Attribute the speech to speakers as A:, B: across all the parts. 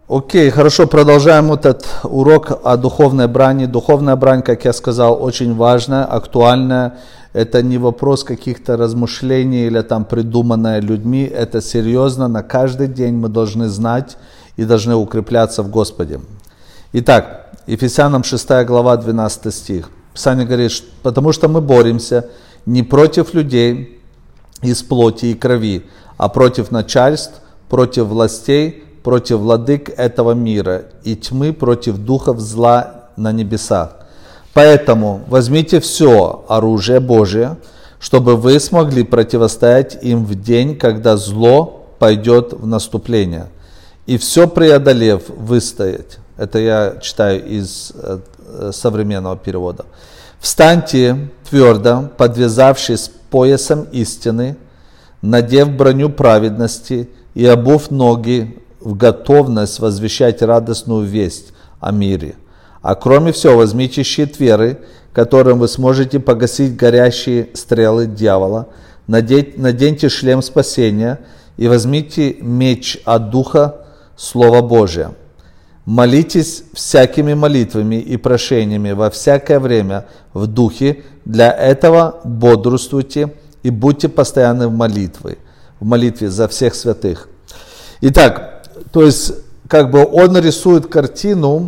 A: Окей, хорошо, продолжаем этот урок о духовной брани. Духовная брань, как я сказал, очень важная, актуальная. Это не вопрос каких-то размышлений или там придуманное людьми. Это серьезно, на каждый день мы должны знать и должны укрепляться в Господе. Итак, Ефесянам 6 глава, 12 стих. Писание говорит, потому что мы боремся не против людей из плоти и крови, а против начальств, против властей, против владык этого мира и тьмы, против духов зла на небесах. Поэтому возьмите все оружие Божие, чтобы вы смогли противостоять им в день, когда зло пойдет в наступление. И все преодолев, выстоять. Это я читаю из современного перевода. Встаньте твердо, подвязавшись поясом истины, надев броню праведности и обув ноги в готовность возвещать радостную весть о мире. А кроме всего, возьмите щит веры, которым вы сможете погасить горящие стрелы дьявола, наденьте шлем спасения и возьмите меч от Духа, Слово Божие. Молитесь всякими молитвами и прошениями во всякое время в Духе, для этого бодрствуйте и будьте постоянны в молитве за всех святых. Итак, то есть, как бы он рисует картину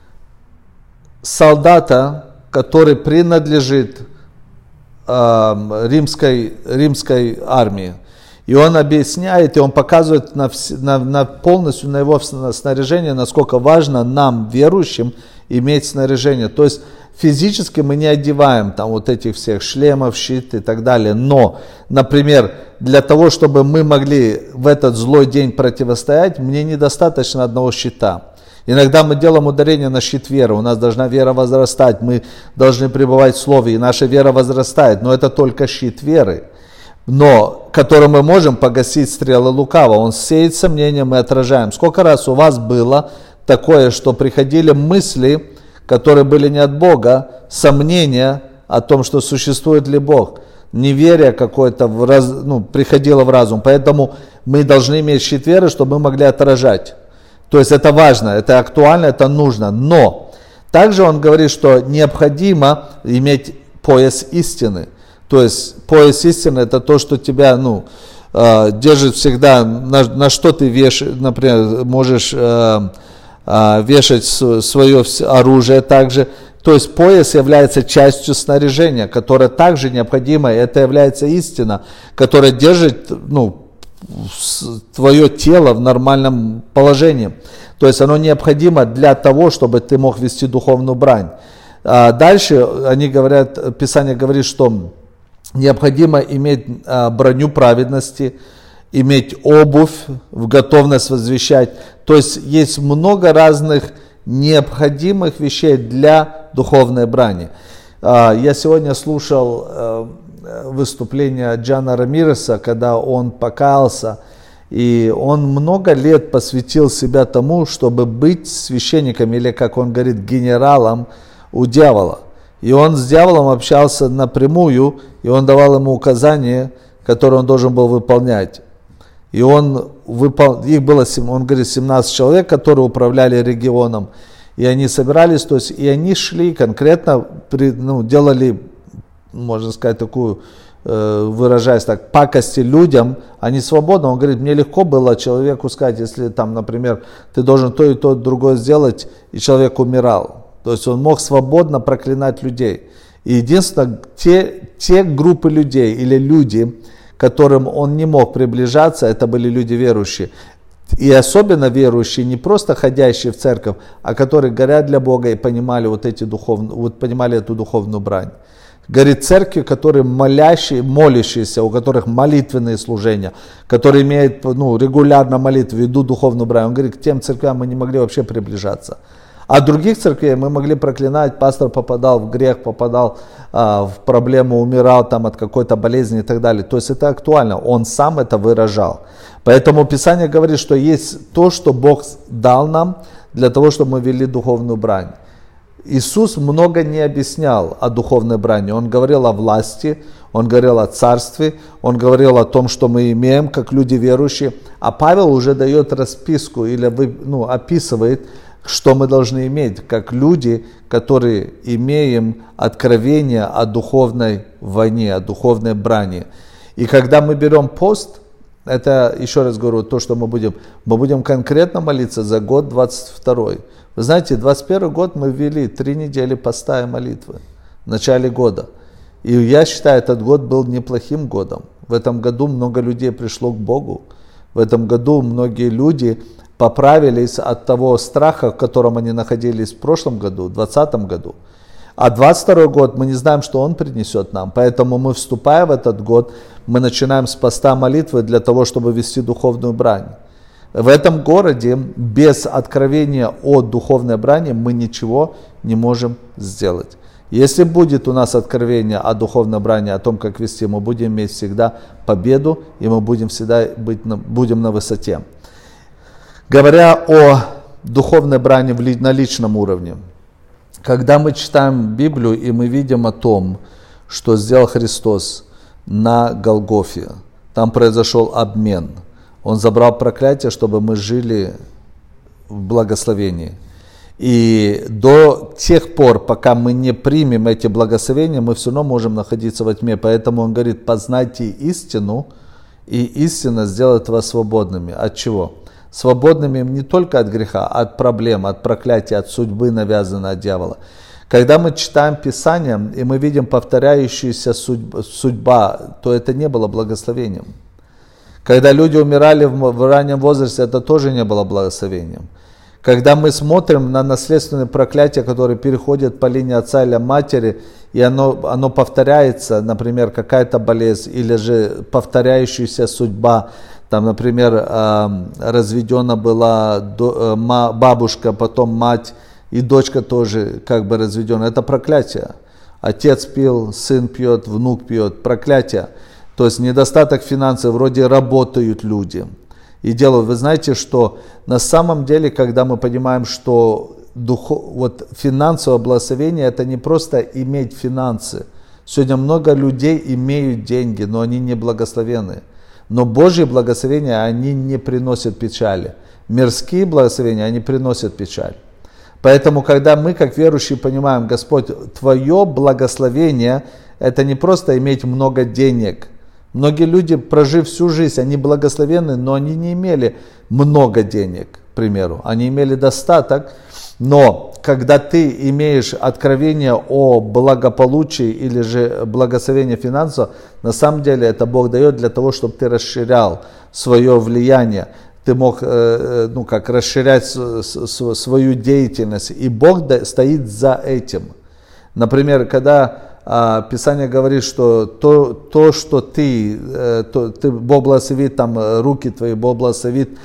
A: солдата, который принадлежит римской армии. И он объясняет, и он показывает полностью на его снаряжение, насколько важно нам, верующим, иметь снаряжение. То есть, физически мы не одеваем там вот этих всех шлемов, щит и так далее. Но, например, для того, чтобы мы могли в этот злой день противостоять, мне недостаточно одного щита. Иногда мы делаем ударение на щит веры. У нас должна вера возрастать. Мы должны пребывать в Слове, и наша вера возрастает. Но это только щит веры, но которым мы можем погасить стрелы лукавого. Он сеет сомнения, мы отражаем. Сколько раз у вас было такое, что приходили мысли, которые были не от Бога, сомнения о том, что существует ли Бог, неверие какое-то приходило в разум. Поэтому мы должны иметь щит веры, чтобы мы могли отражать. То есть это важно, это актуально, это нужно. Но также он говорит, что необходимо иметь пояс истины. То есть пояс истины — это то, что тебя держит всегда, на что ты вешаешь, например, можешь вешать свое оружие также. То есть пояс является частью снаряжения, которое также необходимо, и это является истина, которая держит твое тело в нормальном положении. То есть оно необходимо для того, чтобы ты мог вести духовную брань. Дальше Писание говорит, что необходимо иметь броню праведности, иметь обувь в готовность возвещать. То есть есть много разных необходимых вещей для духовной брани. Я сегодня слушал выступление Джана Рамиреса, когда он покаялся, и он много лет посвятил себя тому, чтобы быть священником, или, как он говорит, генералом у дьявола. И он с дьяволом общался напрямую, и он давал ему указания, которые он должен был выполнять. И их было, он говорит, 17 человек, которые управляли регионом. И они собирались, то есть, и они шли конкретно, делали, можно сказать, такую, выражаясь так, пакости людям, они свободно. Он говорит, мне легко было человеку сказать, если там, например, ты должен то и то другое сделать, и человек умирал. То есть он мог свободно проклинать людей. И единственное, те группы людей или люди, к которым он не мог приближаться, это были люди верующие. И особенно верующие, не просто ходящие в церковь, а которые горят для Бога и понимали понимали эту духовную брань. Говорит, церкви, которые молящиеся, у которых молитвенные служения, которые имеют регулярно молитву, ведут духовную брань. Он говорит, к тем церквям мы не могли вообще приближаться. А других церквей мы могли проклинать, пастор попадал в грех, попадал в проблему, умирал там от какой-то болезни и так далее. То есть это актуально, он сам это выражал. Поэтому Писание говорит, что есть то, что Бог дал нам для того, чтобы мы вели духовную брань. Иисус много не объяснял о духовной брани. Он говорил о власти, Он говорил о царстве, Он говорил о том, что мы имеем, как люди верующие. А Павел уже дает расписку или описывает, что мы должны иметь, как люди, которые имеем откровение о духовной войне, о духовной брани. И когда мы берем пост, это, еще раз говорю, то, что мы будем конкретно молиться за год 22. Вы знаете, 21 год мы ввели 3 недели поста и молитвы в начале года. И я считаю, этот год был неплохим годом. В этом году много людей пришло к Богу. В этом году многие люди поправились от того страха, в котором они находились в прошлом году, в 2020 году. А 22 год мы не знаем, что он принесет нам. Поэтому мы, вступая в этот год, мы начинаем с поста молитвы для того, чтобы вести духовную брань. В этом городе без откровения о духовной брани мы ничего не можем сделать. Если будет у нас откровение о духовной брани, о том, как вести, мы будем иметь всегда победу, и мы будем всегда будем на высоте. Говоря о духовной брани на личном уровне, когда мы читаем Библию и мы видим о том, что сделал Христос на Голгофе, там произошел обмен. Он забрал проклятие, чтобы мы жили в благословении. И до тех пор, пока мы не примем эти благословения, мы все равно можем находиться во тьме. Поэтому он говорит: познайте истину, и истина сделает вас свободными. От чего? Свободными не только от греха, от проблем, от проклятия, от судьбы, навязанной от дьявола. Когда мы читаем Писание, и мы видим повторяющуюся судьба, то это не было благословением. Когда люди умирали в раннем возрасте, это тоже не было благословением. Когда мы смотрим на наследственные проклятия, которые переходят по линии отца или матери, и оно повторяется, например, какая-то болезнь, или же повторяющаяся судьба, там, например, разведена была бабушка, потом мать, и дочка тоже как бы разведена. Это проклятие. Отец пил, сын пьет, внук пьет. Проклятие. То есть недостаток финансов, вроде работают люди и делают. Вы знаете, что на самом деле, когда мы понимаем, что финансовое благословение, это не просто иметь финансы. Сегодня много людей имеют деньги, но они не благословенны. Но Божьи благословения, они не приносят печали. Мирские благословения, они приносят печаль. Поэтому, когда мы, как верующие, понимаем: Господь, Твое благословение, это не просто иметь много денег. Многие люди, прожив всю жизнь, они благословенны, но они не имели много денег, к примеру. Они имели достаток, но когда ты имеешь откровение о благополучии или же благословении финансов, на самом деле это Бог дает для того, чтобы ты расширял свое влияние. Ты мог расширять свою деятельность, и Бог стоит за этим. Например, когда Писание говорит, что то, что ты Бог благословит там руки твои, Бог благословит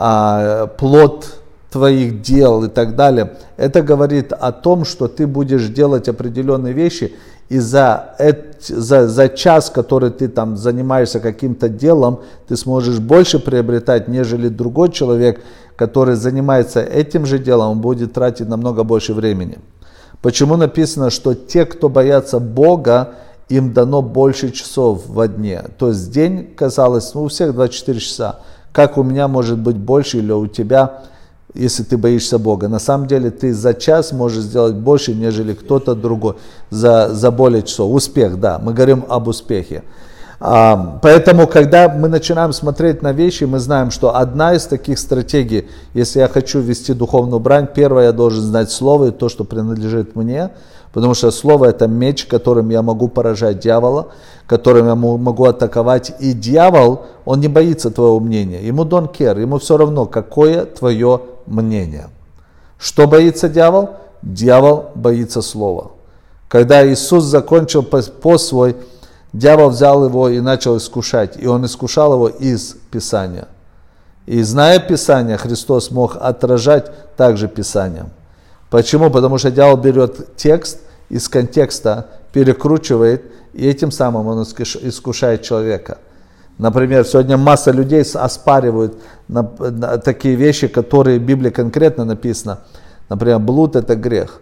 A: плод твоих дел и так далее, это говорит о том, что ты будешь делать определенные вещи, и за час, который ты там занимаешься каким-то делом, ты сможешь больше приобретать, нежели другой человек, который занимается этим же делом, он будет тратить намного больше времени. Почему написано, что те, кто боятся Бога, им дано больше часов во дне? То есть день, казалось, у всех 24 часа. Как у меня может быть больше или у тебя, если ты боишься Бога? На самом деле ты за час можешь сделать больше, нежели кто-то другой за более часов. Успех, да, мы говорим об успехе. Поэтому, когда мы начинаем смотреть на вещи, мы знаем, что одна из таких стратегий, если я хочу вести духовную брань, первое, я должен знать Слово и то, что принадлежит мне, потому что Слово — это меч, которым я могу поражать дьявола, которым я могу атаковать. И дьявол, он не боится твоего мнения, ему don't care, ему все равно, какое твое мнение. Что боится дьявол? Дьявол боится Слова. Когда Иисус закончил пост свой, дьявол взял его и начал искушать, и он искушал его из Писания. И зная Писание, Христос мог отражать также Писание. Почему? Потому что дьявол берет текст из контекста, перекручивает, и этим самым он искушает человека. Например, сегодня масса людей оспаривают такие вещи, которые в Библии конкретно написано. Например, блуд — это грех.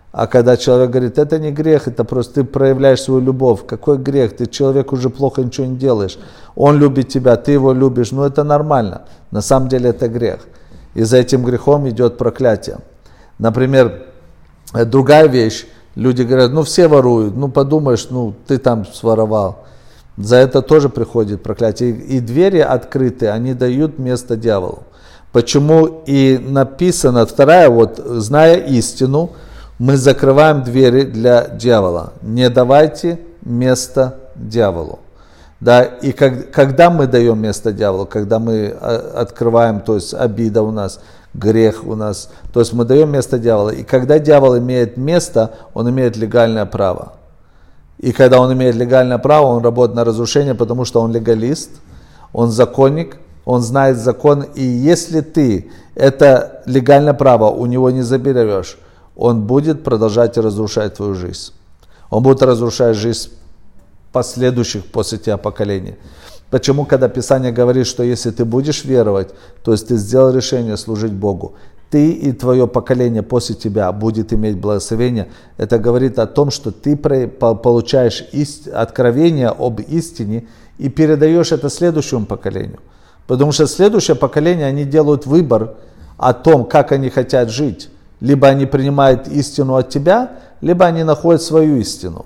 A: А когда человек говорит, это не грех, это просто ты проявляешь свою любовь. Какой грех? Ты человек уже плохо ничего не делаешь. Он любит тебя, ты его любишь. Ну это нормально. На самом деле это грех. И за этим грехом идет проклятие. Например, другая вещь. Люди говорят, ну все воруют. Ну подумаешь, ну ты там своровал. За это тоже приходит проклятие. И двери открыты, они дают место дьяволу. Почему и написано, вторая, вот, зная истину, мы закрываем двери для дьявола. Не давайте место дьяволу. Да, и когда мы даем место дьяволу, когда мы открываем, то есть обида у нас, грех у нас, то есть мы даем место дьяволу. И когда дьявол имеет место, он имеет легальное право. И когда он имеет легальное право, он работает на разрушение, потому что он легалист, он законник, он знает закон. И если ты это легальное право у него не заберешь, он будет продолжать разрушать твою жизнь. Он будет разрушать жизнь последующих после тебя поколений. Почему, когда Писание говорит, что если ты будешь веровать, то есть ты сделал решение служить Богу, ты и твое поколение после тебя будет иметь благословение, это говорит о том, что ты получаешь откровение об истине и передаешь это следующему поколению. Потому что следующее поколение, они делают выбор о том, как они хотят жить. Либо они принимают истину от тебя, либо они находят свою истину.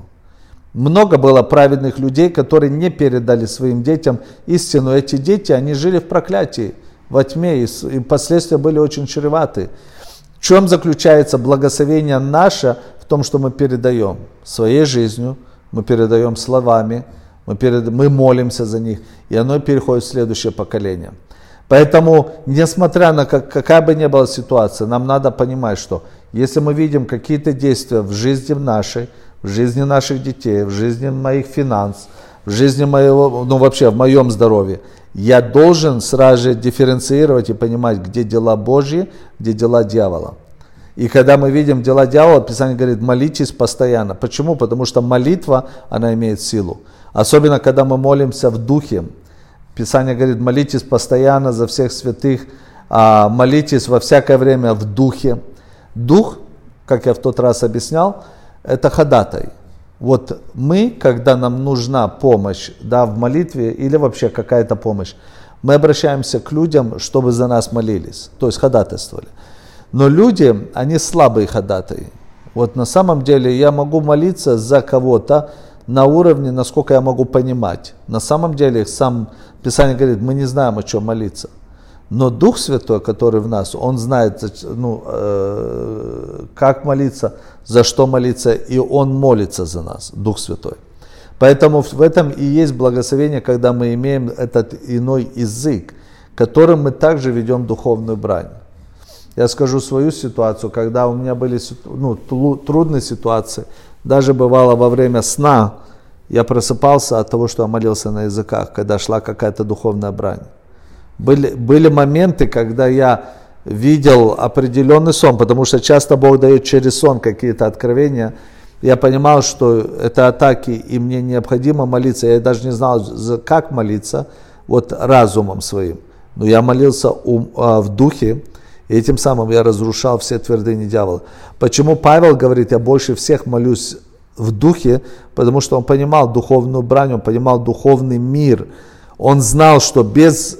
A: Много было праведных людей, которые не передали своим детям истину. Эти дети, они жили в проклятии, во тьме, и последствия были очень чреваты. В чем заключается благословение наше? В том, что мы передаем своей жизнью, мы передаем словами, мы молимся за них, и оно переходит в следующее поколение. Поэтому, несмотря на какая бы ни была ситуация, нам надо понимать, что если мы видим какие-то действия в жизни нашей, в жизни наших детей, в жизни моих финансов, в жизни моего, ну вообще в моем здоровье, я должен сразу же дифференцировать и понимать, где дела Божьи, где дела дьявола. И когда мы видим дела дьявола, Писание говорит, молитесь постоянно. Почему? Потому что молитва, она имеет силу. Особенно, когда мы молимся в духе. Писание говорит, молитесь постоянно за всех святых, молитесь во всякое время в духе. Дух, как я в тот раз объяснял, это ходатай. Вот мы, когда нам нужна помощь, да, в молитве или вообще какая-то помощь, мы обращаемся к людям, чтобы за нас молились, то есть ходатайствовали. Но люди, они слабые ходатаи. Вот на самом деле я могу молиться за кого-то на уровне, насколько я могу понимать. На самом деле, сам Писание говорит, мы не знаем, о чем молиться. Но Дух Святой, который в нас, Он знает, как молиться, за что молиться, и Он молится за нас, Дух Святой. Поэтому в этом и есть благословение, когда мы имеем этот иной язык, которым мы также ведем духовную брань. Я скажу свою ситуацию, когда у меня были трудные ситуации, даже бывало во время сна, я просыпался от того, что я молился на языках, когда шла какая-то духовная брань. Были моменты, когда я видел определенный сон, потому что часто Бог дает через сон какие-то откровения. Я понимал, что это атаки, и мне необходимо молиться. Я даже не знал, как молиться, вот разумом своим. Но я молился в духе, и этим самым я разрушал все твердыни дьявола. Почему Павел говорит, я больше всех молюсь в духе? Потому что он понимал духовную брань, он понимал духовный мир. Он знал, что без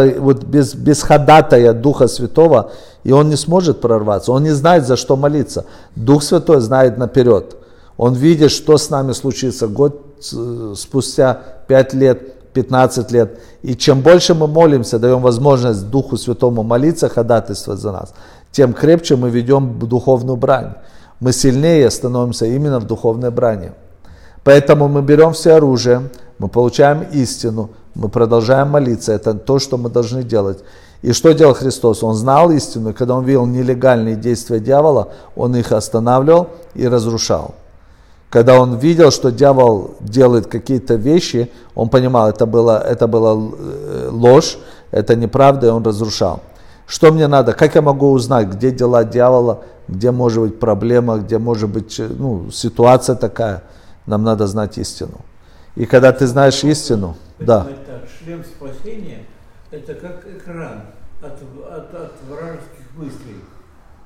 A: ходатая Духа Святого, и он не сможет прорваться. Он не знает, за что молиться. Дух Святой знает наперед. Он видит, что с нами случится год спустя, 5 лет, 15 лет. И чем больше мы молимся, даем возможность Духу Святому молиться, ходатайствовать за нас, тем крепче мы ведем духовную брань. Мы сильнее становимся именно в духовной брани. Поэтому мы берем все оружие, мы получаем истину, мы продолжаем молиться. Это то, что мы должны делать. И что делал Христос? Он знал истину, и когда он видел нелегальные действия дьявола, он их останавливал и разрушал. Когда он видел, что дьявол делает какие-то вещи, он понимал, это была ложь, это неправда, и он разрушал. Что мне надо? Как я могу узнать, где дела дьявола, где может быть проблема, где может быть ситуация такая? Нам надо знать истину. И когда ты знаешь истину, да.
B: Шлем спасения – это как экран от вражеских мыслей.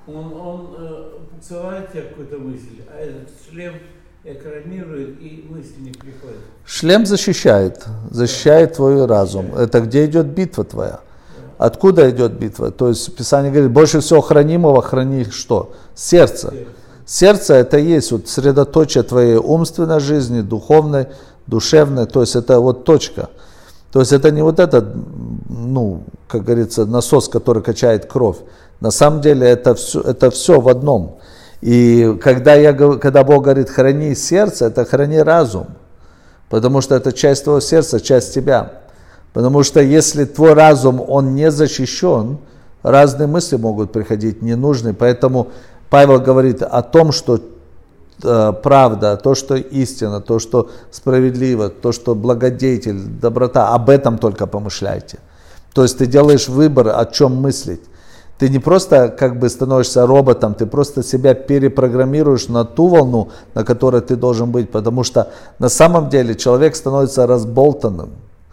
B: Он посылает тебе какую-то мысль, а этот шлем экранирует, и мысль не приходит.
A: Шлем защищает твой разум. Это где идет битва твоя. Откуда идет битва? То есть Писание говорит, больше всего хранимого храни что? Сердце. Сердце это и есть вот средоточие твоей умственной жизни, духовной, душевной. То есть это вот точка. То есть это не вот этот, как говорится, насос, который качает кровь. На самом деле это все в одном. И когда Бог говорит, храни сердце, это храни разум. Потому что это часть твоего сердца, часть тебя. Потому что если твой разум, он не защищен, разные мысли могут приходить, ненужные. Поэтому Павел говорит о том, что правда, то, что истина, то, что справедливо, то, что благодетель, доброта, об этом только помышляйте. То есть ты делаешь выбор, о чем мыслить. Ты не просто как бы становишься роботом, ты просто себя перепрограммируешь на ту волну, на которой ты должен быть. Потому что на самом деле человек становится разболтанным.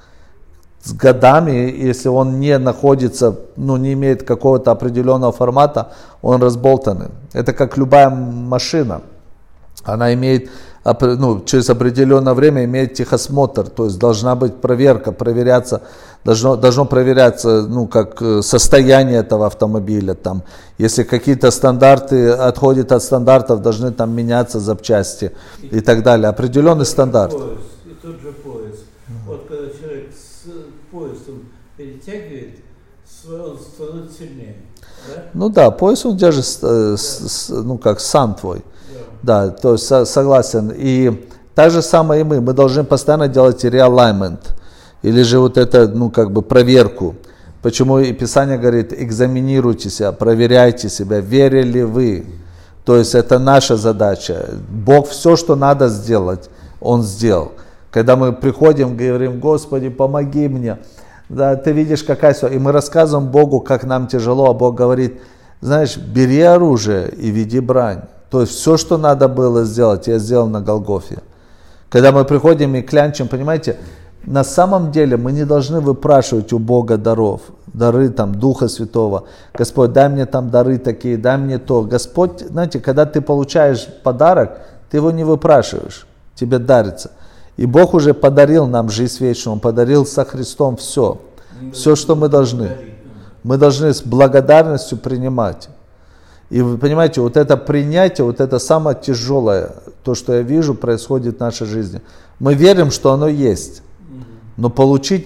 A: С годами, если он не находится, не имеет какого-то определенного формата, он разболтанный. Это как любая машина. Она имеет, через определенное время имеет техосмотр, то есть должна быть проверка, должно проверяться, как состояние этого автомобиля. Там, если какие-то стандарты отходят от стандартов, должны там меняться запчасти и так далее. Определенный стандарт.
B: И тот же пояс. Вот когда человек с поясом перетягивает, он становится сильнее. Да?
A: Пояс он держит, как сан твой. Да, то есть согласен. И так же самое и мы должны постоянно делать реалаймент, или же вот это, проверку. Почему и Писание говорит, экзаменируйте себя, проверяйте себя, верили вы. То есть это наша задача. Бог все, что надо сделать, Он сделал. Когда мы приходим, говорим, Господи, помоги мне. Да, ты видишь, какая все. И мы рассказываем Богу, как нам тяжело, а Бог говорит, знаешь, бери оружие и веди брань. То есть все, что надо было сделать, я сделал на Голгофе. Когда мы приходим и клянчим, понимаете, на самом деле мы не должны выпрашивать у Бога дары Духа Святого. Господь, дай мне там дары такие, дай мне то. Господь, знаете, когда ты получаешь подарок, ты его не выпрашиваешь, тебе дарится. И Бог уже подарил нам жизнь вечную, Он подарил со Христом все. Все, что мы должны. Мы должны с благодарностью принимать. И вы понимаете, вот это принятие, вот это самое тяжелое, то, что я вижу, происходит в нашей жизни. Мы верим, что оно есть, но получить,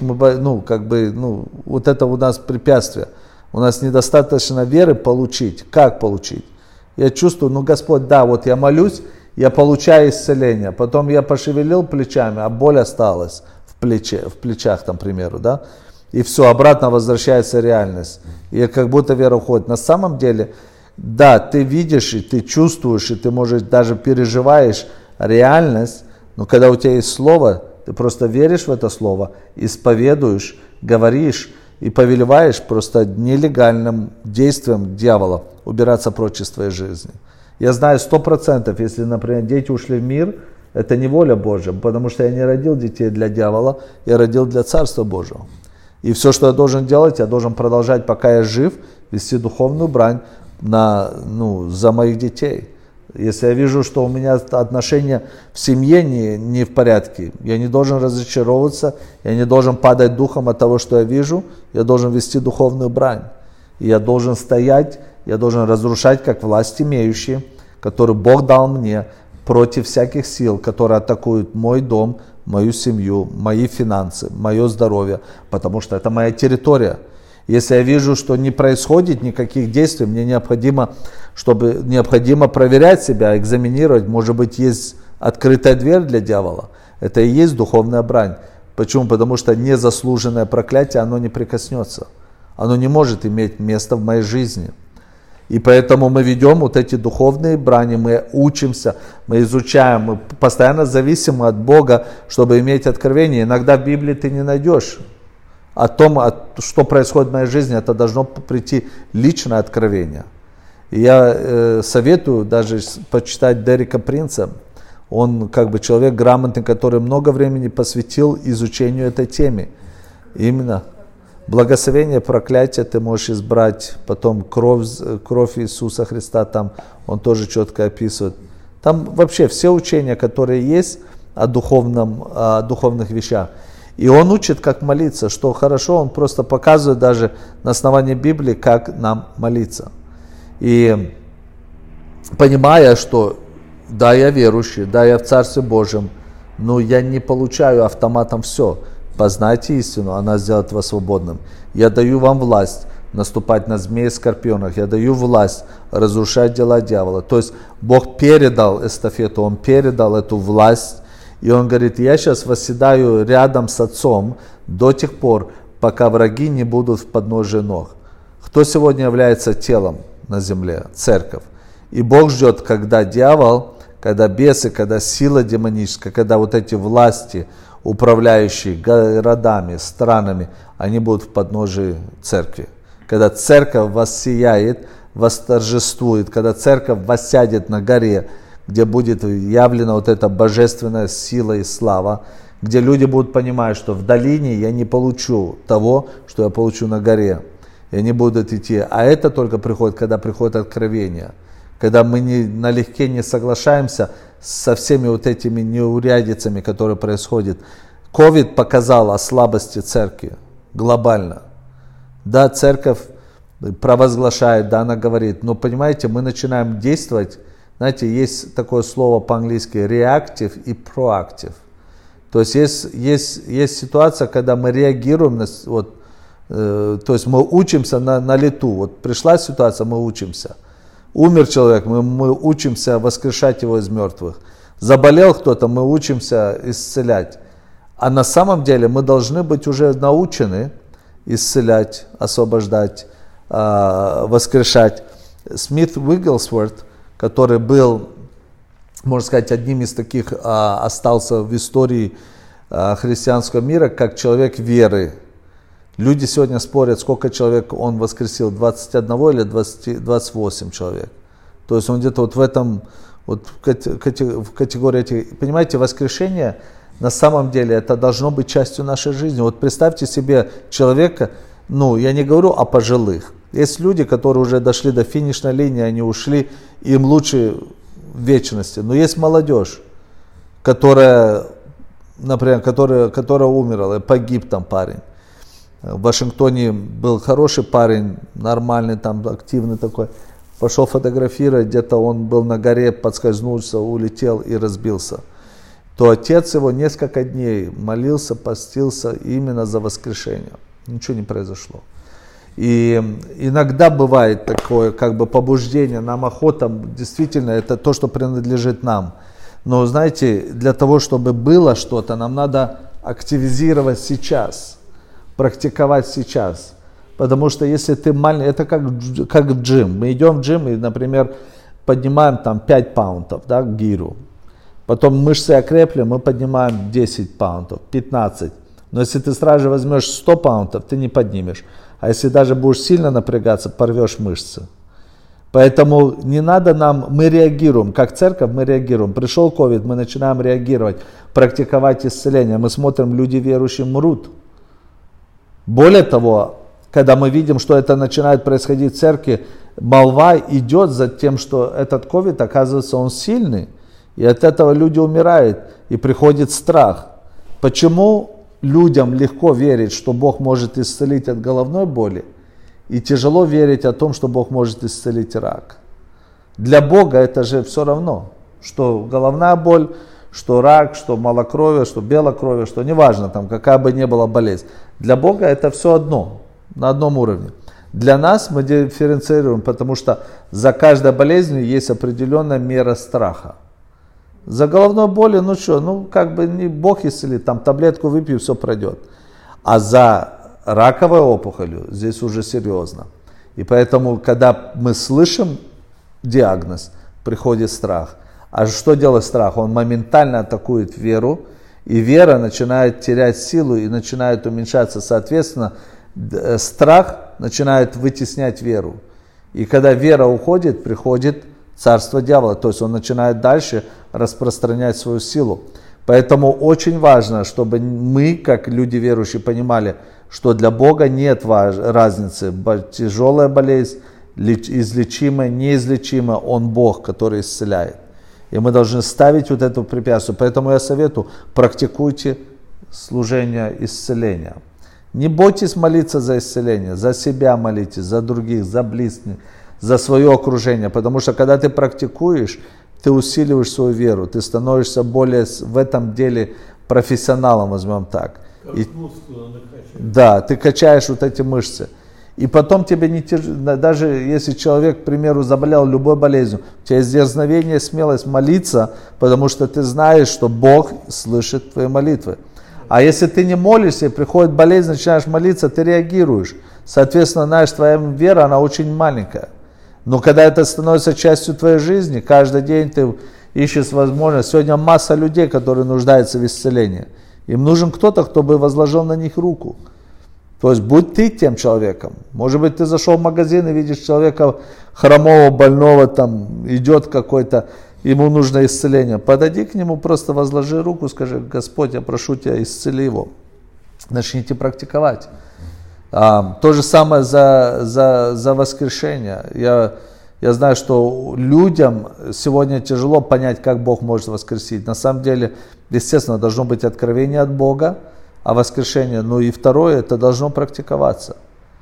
A: вот это у нас препятствие. У нас недостаточно веры получить. Как получить? Я чувствую, Господь, да, вот я молюсь, я получаю исцеление, потом я пошевелил плечами, а боль осталась в плечах, там, к примеру, да? И все, обратно возвращается реальность. И как будто вера уходит. На самом деле, да, ты видишь, и ты чувствуешь, и ты, может, даже переживаешь реальность, но когда у тебя есть слово, ты просто веришь в это слово, исповедуешь, говоришь и повелеваешь просто нелегальным действием дьявола убираться прочь из твоей жизни. Я знаю 100%, если, например, дети ушли в мир, это не воля Божья, потому что я не родил детей для дьявола, я родил для Царства Божьего. И все, что я должен делать, я должен продолжать, пока я жив, вести духовную брань за моих детей. Если я вижу, что у меня отношения в семье не в порядке, я не должен разочаровываться, я не должен падать духом от того, что я вижу, я должен вести духовную брань. И я должен стоять, я должен разрушать, как власть имеющие, которую Бог дал мне, против всяких сил, которые атакуют мой дом, мою семью, мои финансы, мое здоровье, потому что это моя территория. Если я вижу, что не происходит никаких действий, мне необходимо проверять себя, экзаменировать. Может быть, есть открытая дверь для дьявола. Это и есть духовная брань. Почему? Потому что незаслуженное проклятие, оно не прикоснется. Оно не может иметь места в моей жизни. И поэтому мы ведем вот эти духовные брани, мы учимся, мы изучаем, мы постоянно зависимы от Бога, чтобы иметь откровение. Иногда в Библии ты не найдешь о том, что происходит в моей жизни, это должно прийти личное откровение. И я советую даже почитать Дерека Принца. Он человек грамотный, который много времени посвятил изучению этой темы. Именно. Благословение, проклятие ты можешь избрать, потом кровь Иисуса Христа, там он тоже четко описывает. Там вообще все учения, которые есть о духовных вещах. И он учит, как молиться, что хорошо, он просто показывает даже на основании Библии, как нам молиться. И понимая, что да, я верующий, да, я в Царстве Божьем, но я не получаю автоматом все. Познайте истину, она сделает вас свободным. Я даю вам власть наступать на змеи и скорпионах. Я даю власть разрушать дела дьявола. То есть Бог передал эстафету, Он передал эту власть. И Он говорит, я сейчас восседаю рядом с Отцом до тех пор, пока враги не будут в подножии ног. Кто сегодня является телом на земле? Церковь. И Бог ждет, когда дьявол, когда бесы, когда сила демоническая, когда вот эти власти, управляющие городами, странами, они будут в подножии церкви. Когда церковь воссияет, восторжествует, когда церковь воссядет на горе, где будет явлена вот эта божественная сила и слава, где люди будут понимать, что в долине я не получу того, что я получу на горе. И они будут идти. А это только приходит, когда приходит откровение. Когда мы налегке не соглашаемся со всеми вот этими неурядицами, которые происходят. Ковид показал о слабости церкви глобально. Да, церковь провозглашает, да, она говорит, но понимаете, мы начинаем действовать. Знаете, есть такое слово по-английски reactive и proactive. То есть есть ситуация, когда мы реагируем, то есть мы учимся на лету. Вот пришла ситуация, мы учимся. Умер человек, мы учимся воскрешать его из мертвых. Заболел кто-то, мы учимся исцелять. А на самом деле мы должны быть уже научены исцелять, освобождать, воскрешать. Смит Вигглсворт, который был, можно сказать, одним из таких, остался в истории христианского мира, как человек веры. Люди сегодня спорят, сколько человек он воскресил, 21 или 28 человек. То есть он где-то вот в этом, вот в категории этих, понимаете, воскрешение на самом деле это должно быть частью нашей жизни. Вот представьте себе человека, я не говорю о пожилых. Есть люди, которые уже дошли до финишной линии, они ушли, им лучше в вечности. Но есть молодежь, которая, например, которая умерла, погиб там парень. В Вашингтоне был хороший парень, нормальный, там активный такой. Пошел фотографировать, где-то он был на горе, подскользнулся, улетел и разбился. То отец его несколько дней молился, постился именно за воскрешение. Ничего не произошло. И иногда бывает такое побуждение, нам охота, действительно, это то, что принадлежит нам. Но знаете, для того, чтобы было что-то, нам надо активизировать сейчас, практиковать сейчас. Потому что если ты маленький, это как в джим. Мы идем в джим и, например, поднимаем там 5 паунтов, да, гирю. Потом мышцы окрепли, мы поднимаем 10 паунтов, 15. Но если ты сразу же возьмешь 100 паунтов, ты не поднимешь. А если даже будешь сильно напрягаться, порвешь мышцы. Поэтому не надо нам, мы реагируем, как церковь мы реагируем. Пришел ковид, мы начинаем реагировать, практиковать исцеление. Мы смотрим, люди верующие мрут. Более того, когда мы видим, что это начинает происходить в церкви, молва идет за тем, что этот ковид, оказывается, он сильный. И от этого люди умирают, и приходит страх. Почему людям легко верить, что Бог может исцелить от головной боли, и тяжело верить о том, что Бог может исцелить рак? Для Бога это же все равно, что головная боль, что рак, что малокровие, что белокровие, что неважно, там, какая бы ни была болезнь. Для Бога это все одно, на одном уровне. Для нас мы дифференцируем, потому что за каждой болезнью есть определенная мера страха. За головной болью, не Бог исцелит, там таблетку выпью, все пройдет. А за раковой опухолью здесь уже серьезно. И поэтому, когда мы слышим диагноз, приходит страх. А что делает страх? Он моментально атакует веру, и вера начинает терять силу и начинает уменьшаться. Соответственно, страх начинает вытеснять веру. И когда вера уходит, приходит царство дьявола, то есть он начинает дальше распространять свою силу. Поэтому очень важно, чтобы мы, как люди верующие, понимали, что для Бога нет разницы, тяжелая болезнь, излечимая, неизлечимая, Он Бог, который исцеляет. И мы должны ставить вот это препятствие. Поэтому я советую, практикуйте служение исцеления. Не бойтесь молиться за исцеление, за себя молитесь, за других, за близких, за свое окружение. Потому что когда ты практикуешь, ты усиливаешь свою веру, ты становишься более в этом деле профессионалом, возьмем так.
B: Как мускулы накачивают.
A: Да, ты качаешь вот эти мышцы. И потом тебе не тяжело, даже если человек, к примеру, заболел любой болезнью, у тебя есть дерзновение, смелость молиться, потому что ты знаешь, что Бог слышит твои молитвы. А если ты не молишься, приходит болезнь, начинаешь молиться, ты реагируешь. Соответственно, знаешь, твоя вера, она очень маленькая. Но когда это становится частью твоей жизни, каждый день ты ищешь возможность. Сегодня масса людей, которые нуждаются в исцелении. Им нужен кто-то, кто бы возложил на них руку. То есть будь ты тем человеком. Может быть, ты зашел в магазин и видишь человека хромого, больного, там идет какой-то, ему нужно исцеление. Подойди к нему, просто возложи руку, скажи: Господь, я прошу тебя, исцели его. Начните практиковать. То же самое за воскрешение. Я знаю, что людям сегодня тяжело понять, как Бог может воскресить. На самом деле, естественно, должно быть откровение от Бога о воскрешении. Но и второе, это должно практиковаться.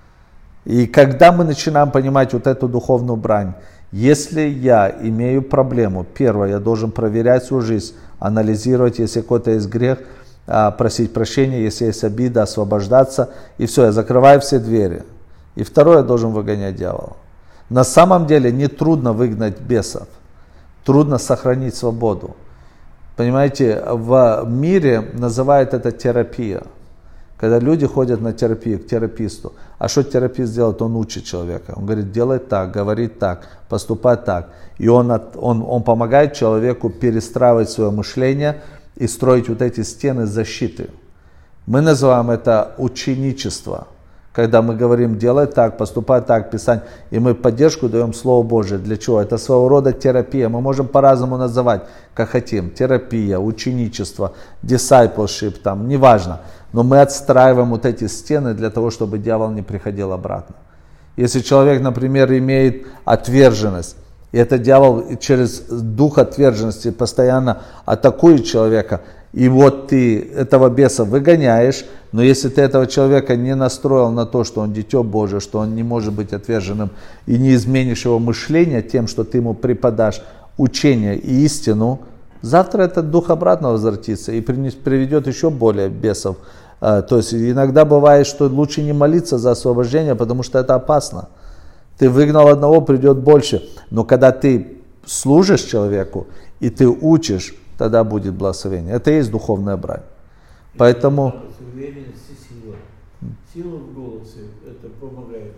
A: И когда мы начинаем понимать вот эту духовную брань, если я имею проблему, первое, я должен проверять свою жизнь, анализировать, если какой-то есть грех, просить прощения, если есть обида, освобождаться. И все, я закрываю все двери. И второе, я должен выгонять дьявола. На самом деле не трудно выгнать бесов, трудно сохранить свободу. Понимаете, в мире называют это терапия. Когда люди ходят на терапию, к тераписту. А что терапист делает? Он учит человека. Он говорит: делай так, говори так, поступай так. И он помогает человеку перестраивать свое мышление и строить вот эти стены защиты. Мы называем это ученичество. Когда мы говорим: делай так, поступай так, Писание, и мы поддержку даем Слову Божие. Для чего? Это своего рода терапия. Мы можем по-разному называть, как хотим. Терапия, ученичество, discipleship, там, неважно. Но мы отстраиваем вот эти стены для того, чтобы дьявол не приходил обратно. Если человек, например, имеет отверженность, и этот дьявол через дух отверженности постоянно атакует человека, и вот ты этого беса выгоняешь, но если ты этого человека не настроил на то, что он дитё Божие, что он не может быть отверженным, и не изменишь его мышление тем, что ты ему преподашь учение и истину, завтра этот дух обратно возвратится и приведет еще более бесов. То есть иногда бывает, что лучше не молиться за освобождение, потому что это опасно. Ты выгнал одного, придет больше. Но когда ты служишь человеку и ты учишь, тогда будет благословение. Это и есть духовная брань. Поэтому...
B: Уверенность и сила. Сила в голосе, это помогает.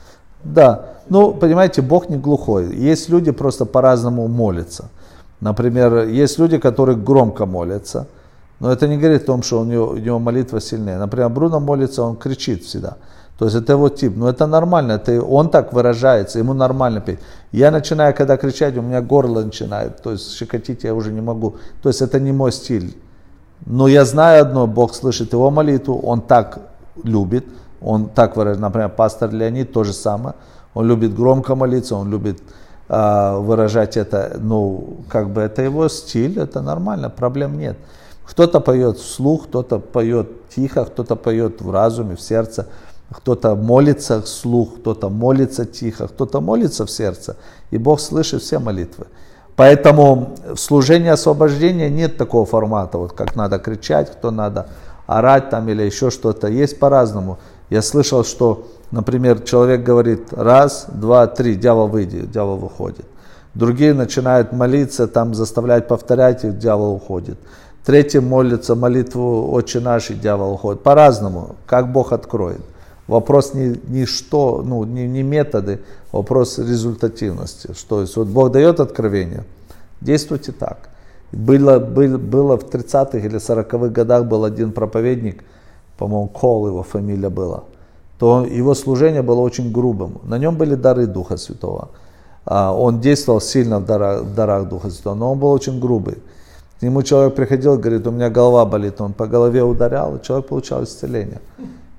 A: Да. Ну, понимаете, Бог не глухой. Есть люди просто по-разному молятся. Например, есть люди, которые громко молятся. Но это не говорит о том, что у него молитва сильнее. Например, Бруно молится, он кричит всегда. То есть это его тип. Но это нормально, он так выражается, ему нормально петь. Я начинаю, когда кричать, у меня горло начинает. То есть щекотить я уже не могу. То есть это не мой стиль. Но я знаю одно, Бог слышит его молитву, он так любит. Он так выражает. Например, пастор Леонид то же самое. Он любит громко молиться, он любит выражать это. Ну, как бы это его стиль, это нормально, проблем нет. Кто-то поет вслух, кто-то поет тихо, кто-то поет в разуме, в сердце. Кто-то молится вслух, кто-то молится тихо, кто-то молится в сердце. И Бог слышит все молитвы. Поэтому в служении освобождения нет такого формата, вот как надо кричать, кто надо орать там или еще что-то. Есть по-разному. Я слышал, что, например, человек говорит: раз, два, три, дьявол выйди, дьявол выходит. Другие начинают молиться, там заставлять повторять, и дьявол уходит. Третий молится молитву «Отче наш», и дьявол уходит. По-разному, как Бог откроет. Вопрос не что, ну, не методы, вопрос результативности. Что есть, вот Бог дает откровение, действуйте так. Было в 30-х или 40-х годах был один проповедник, по-моему, Кол его фамилия была, то его служение было очень грубым. На нем были дары Духа Святого. Он действовал сильно в дарах Духа Святого, но он был очень грубый. К нему человек приходил, говорит: у меня голова болит, он по голове ударял, и человек получал исцеление.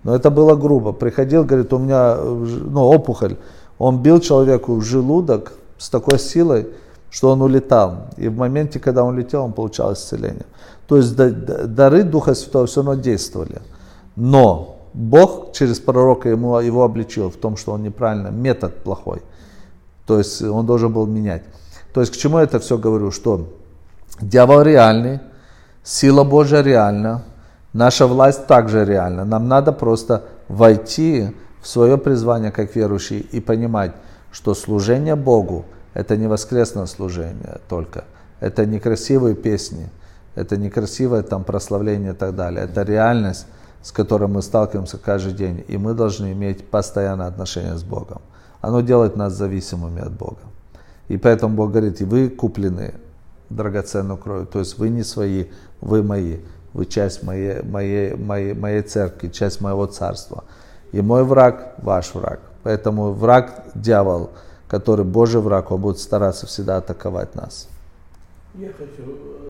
A: Но это было грубо. Приходил, говорит, у меня опухоль. Он бил человеку в желудок с такой силой, что он улетал. И в моменте, когда он летел, он получал исцеление. То есть дары Духа Святого все равно действовали. Но Бог через пророка его обличил в том, что он неправильно, метод плохой. То есть он должен был менять. То есть к чему я это все говорю? Что дьявол реальный, сила Божья реальна, наша власть также реальна. Нам надо просто войти в свое призвание как верующие и понимать, что служение Богу — это не воскресное служение только, это не красивые песни, это не красивое там прославление и так далее. Это реальность, с которой мы сталкиваемся каждый день, и мы должны иметь постоянное отношение с Богом. Оно делает нас зависимыми от Бога. И поэтому Бог говорит, и вы куплены драгоценной кровью, то есть вы не свои, вы мои, вы часть моей церкви, часть моего царства. И мой враг, ваш враг. Поэтому враг, дьявол, который Божий враг, он будет стараться всегда атаковать нас.
B: Я хочу